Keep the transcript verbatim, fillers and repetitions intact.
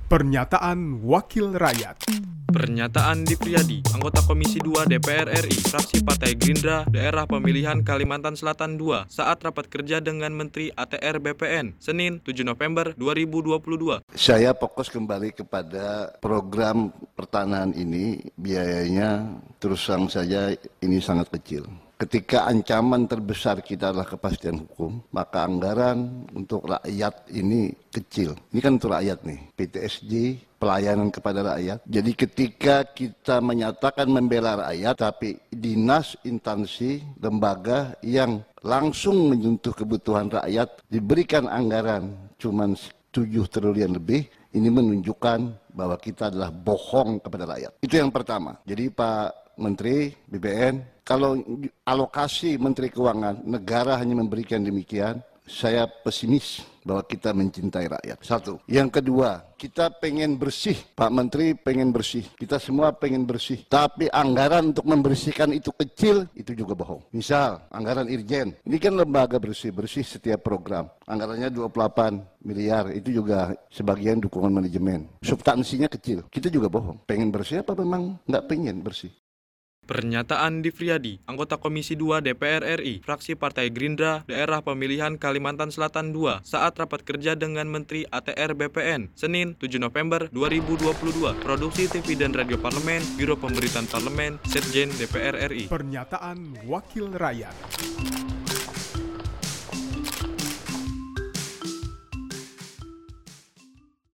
Pernyataan Wakil Rakyat. Pernyataan Dipriyadi, anggota Komisi dua D P R R I, fraksi Partai Gerindra, Daerah Pemilihan Kalimantan Selatan dua, saat rapat kerja dengan Menteri A T R B P N, Senin tujuh November dua ribu dua puluh dua. Saya fokus kembali kepada program pertanahan ini, biayanya terus terang saja ini sangat kecil. Ketika ancaman terbesar kita adalah kepastian hukum, maka anggaran untuk rakyat ini kecil. Ini kan untuk rakyat nih, P T S D, pelayanan kepada rakyat. Jadi ketika kita menyatakan membela rakyat, tapi dinas, instansi, lembaga yang langsung menyentuh kebutuhan rakyat diberikan anggaran cuma tujuh triliun lebih, ini menunjukkan bahwa kita adalah bohong kepada rakyat. Itu yang pertama. Jadi Pak Menteri B P N, kalau alokasi Menteri Keuangan negara hanya memberikan demikian, saya pesimis bahwa kita mencintai rakyat. Satu. Yang kedua, kita pengen bersih. Pak Menteri pengen bersih. Kita semua pengen bersih. Tapi anggaran untuk membersihkan itu kecil, itu juga bohong. Misal, anggaran Irjen. Ini kan lembaga bersih-bersih setiap program. Anggarannya dua puluh delapan miliar. Itu juga sebagian dukungan manajemen. Substansinya kecil. Kita juga bohong. Pengen bersih apa memang nggak pengen bersih? Pernyataan Dipriyadi, anggota Komisi dua D P R R I, fraksi Partai Gerindra, Daerah Pemilihan Kalimantan Selatan dua, saat rapat kerja dengan Menteri A T R B P N, Senin tujuh November dua ribu dua puluh dua. Produksi T V dan Radio Parlemen, Biro Pemberitaan Parlemen, Setjen D P R R I. Pernyataan Wakil Rakyat.